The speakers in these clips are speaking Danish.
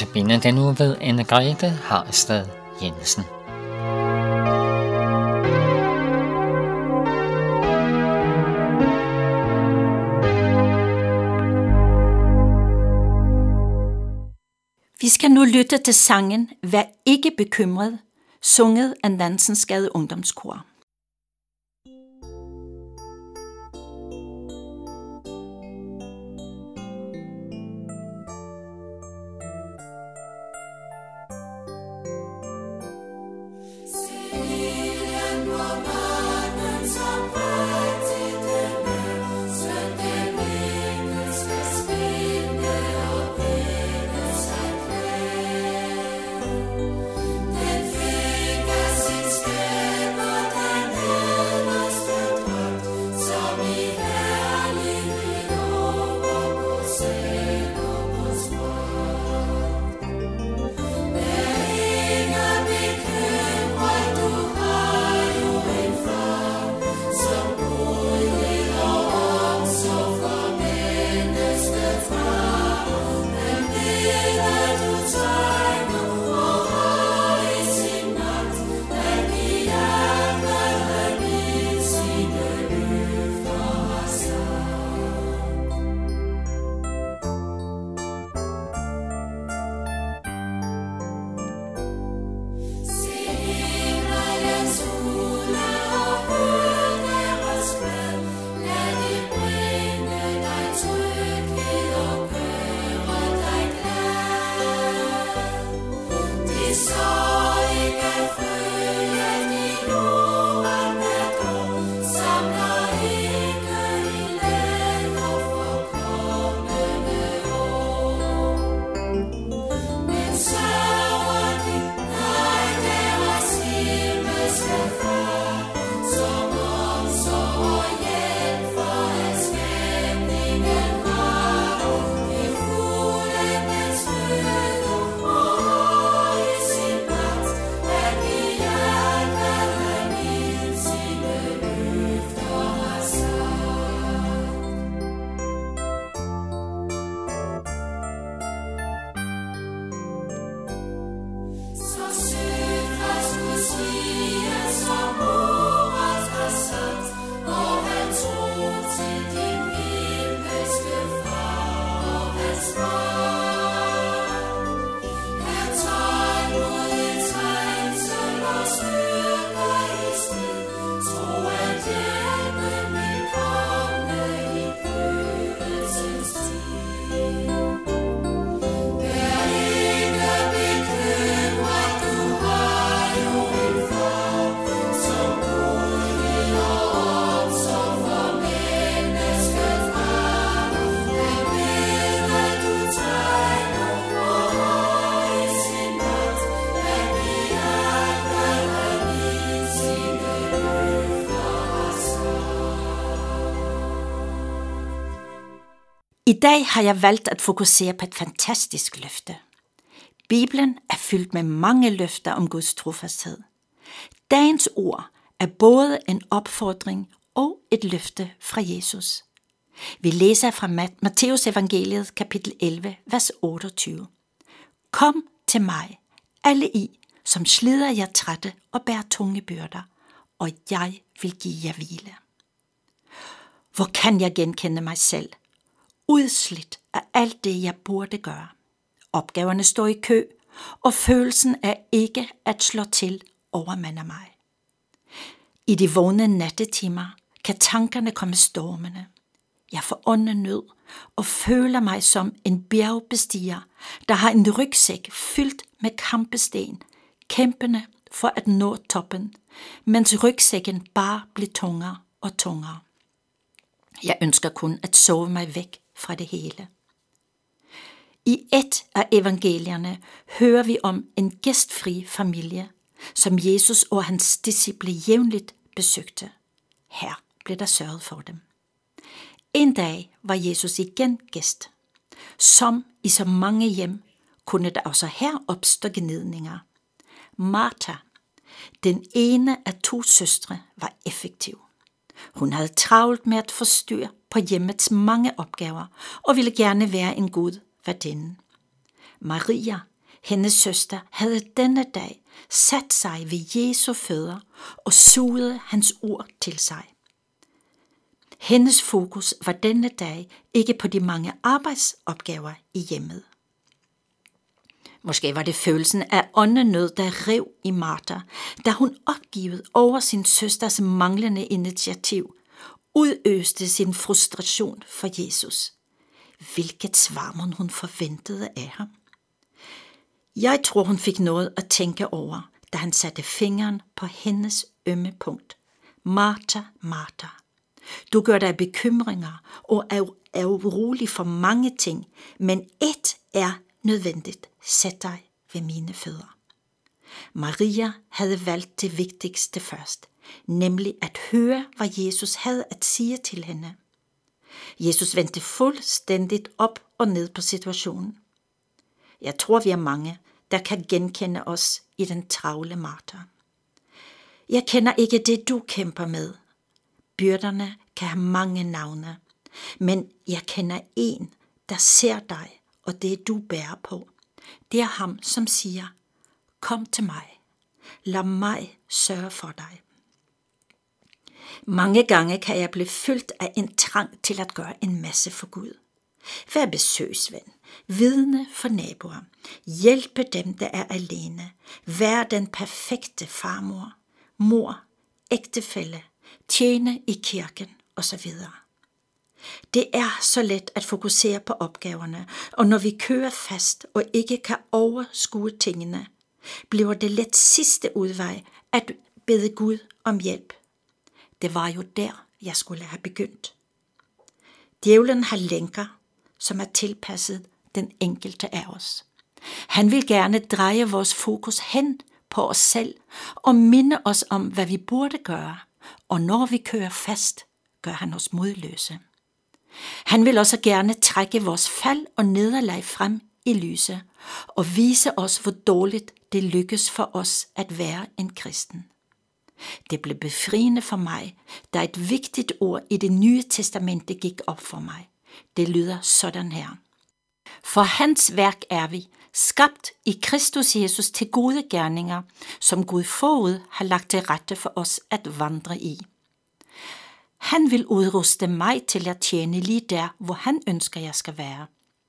Notabene den uge ved Anne-Grethe Harstad Jensen. Vi skal nu lytte til sangen Vær ikke bekymret, sunget af Nansensgade Ungdomskor. I dag har jeg valgt at fokusere på et fantastisk løfte. Bibelen er fyldt med mange løfter om Guds trofasthed. Dagens ord er både en opfordring og et løfte fra Jesus. Vi læser fra Matteus evangeliet kapitel 11, vers 28. Kom til mig, alle I, som slider jer trætte og bærer tunge byrder, og jeg vil give jer hvile. Hvor kan jeg genkende mig selv? Udslidt af alt det, jeg burde gøre. Opgaverne står i kø, og følelsen er ikke at slå til overmander mig. I de vågne nattetimer kan tankerne komme stormende. Jeg får åndenød og føler mig som en bjergbestiger, der har en rygsæk fyldt med kampesten, kæmpende for at nå toppen, mens rygsækken bare bliver tungere og tungere. Jeg ønsker kun at sove mig væk fra det hele. I et af evangelierne hører vi om en gæstfri familie, som Jesus og hans disciple jævnligt besøgte. Her blev der sørget for dem. En dag var Jesus igen gæst. Som i så mange hjem kunne der også her opstå gnidninger. Martha, den ene af 2 søstre, var effektiv. Hun havde travlt med at få styr på hjemmets mange opgaver og ville gerne være en god værtinde. Maria, Hendes søster havde denne dag sat sig ved Jesu fødder og sugede hans ord til sig. Hendes fokus var denne dag ikke på de mange arbejdsopgaver i hjemmet. Måske var det følelsen af åndenød, der rev i Martha, da hun opgivet over sin søsters manglende initiativ, udøste sin frustration for Jesus. Hvilket svar hun forventede af ham. Jeg tror, hun fik noget at tænke over, da han satte fingeren på hendes ømme punkt. Martha, Martha, du gør dig bekymringer og er urolig for mange ting, men ét er nødvendigt. Sæt dig ved mine fødder. Maria havde valgt det vigtigste først, nemlig at høre, hvad Jesus havde at sige til hende. Jesus vendte fuldstændigt op og ned på situationen. Jeg tror, vi er mange, der kan genkende os i den travle Martha. Jeg kender ikke det, du kæmper med. Byrderne kan have mange navne, men jeg kender en, der ser dig og det, du bærer på. Det er ham, som siger, kom til mig. Lad mig sørge for dig. Mange gange kan jeg blive fyldt af en trang til at gøre en masse for Gud. Vær besøgsven, vidne for naboer, hjælpe dem, der er alene, vær den perfekte farmor, mor, ægtefælle, tjene i kirken osv. Det er så let at fokusere på opgaverne, og når vi kører fast og ikke kan overskue tingene, bliver det let sidste udvej at bede Gud om hjælp. Det var jo der, jeg skulle have begyndt. Djævlen har lænker, som er tilpasset den enkelte af os. Han vil gerne dreje vores fokus hen på os selv og minde os om, hvad vi burde gøre, og når vi kører fast, gør han os modløse. Han vil også gerne trække vores fald og nederlag frem i lyset og vise os, hvor dårligt det lykkes for os at være en kristen. Det blev befriende for mig, da et vigtigt ord i Det Nye Testamente gik op for mig. Det lyder sådan her. For hans værk er vi, skabt i Kristus Jesus til gode gerninger, som Gud forud har lagt til rette for os at vandre i. Han vil udruste mig til at tjene lige der, hvor han ønsker, jeg skal være.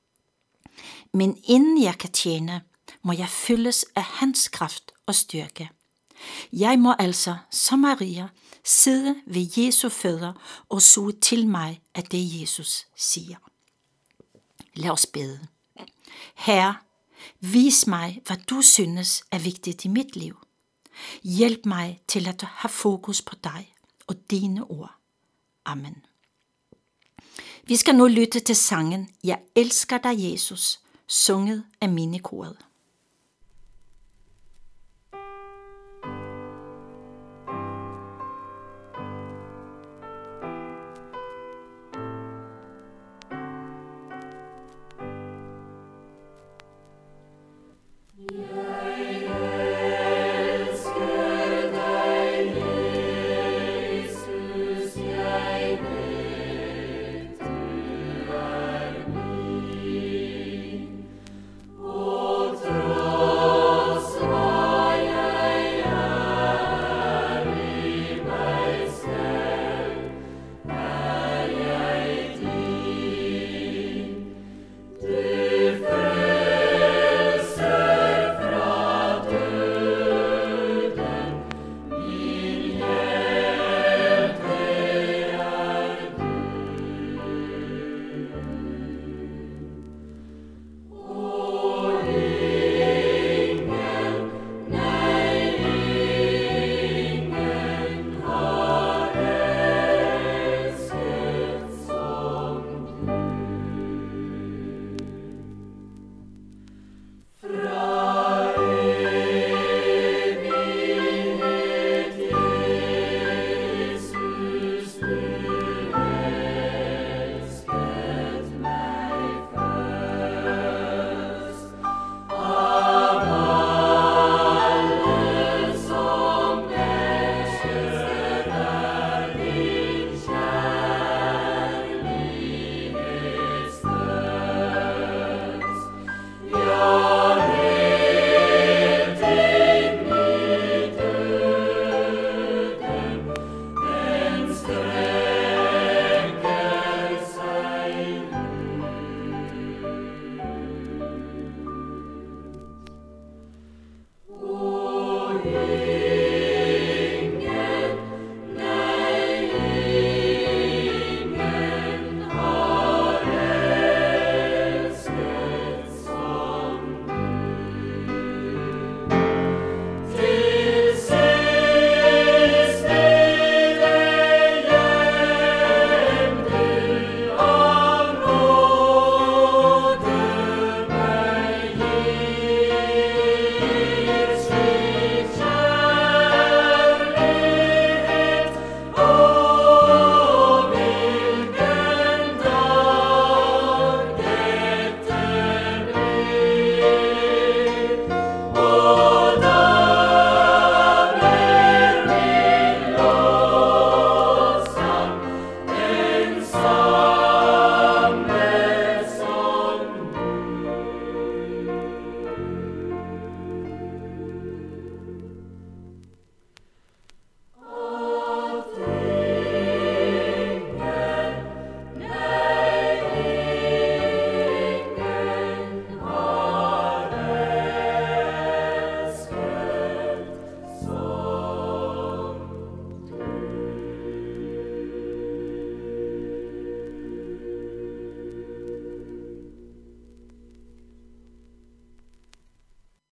Men inden jeg kan tjene, må jeg fyldes af hans kraft og styrke. Jeg må altså, som Maria, sidde ved Jesu fødder og suge til mig af det, Jesus siger. Lad os bede. Herre, vis mig, hvad du synes er vigtigt i mit liv. Hjælp mig til at have fokus på dig og dine ord. Amen. Vi skal nu lytte til sangen Jeg elsker dig, Jesus, sunget af Minikoret.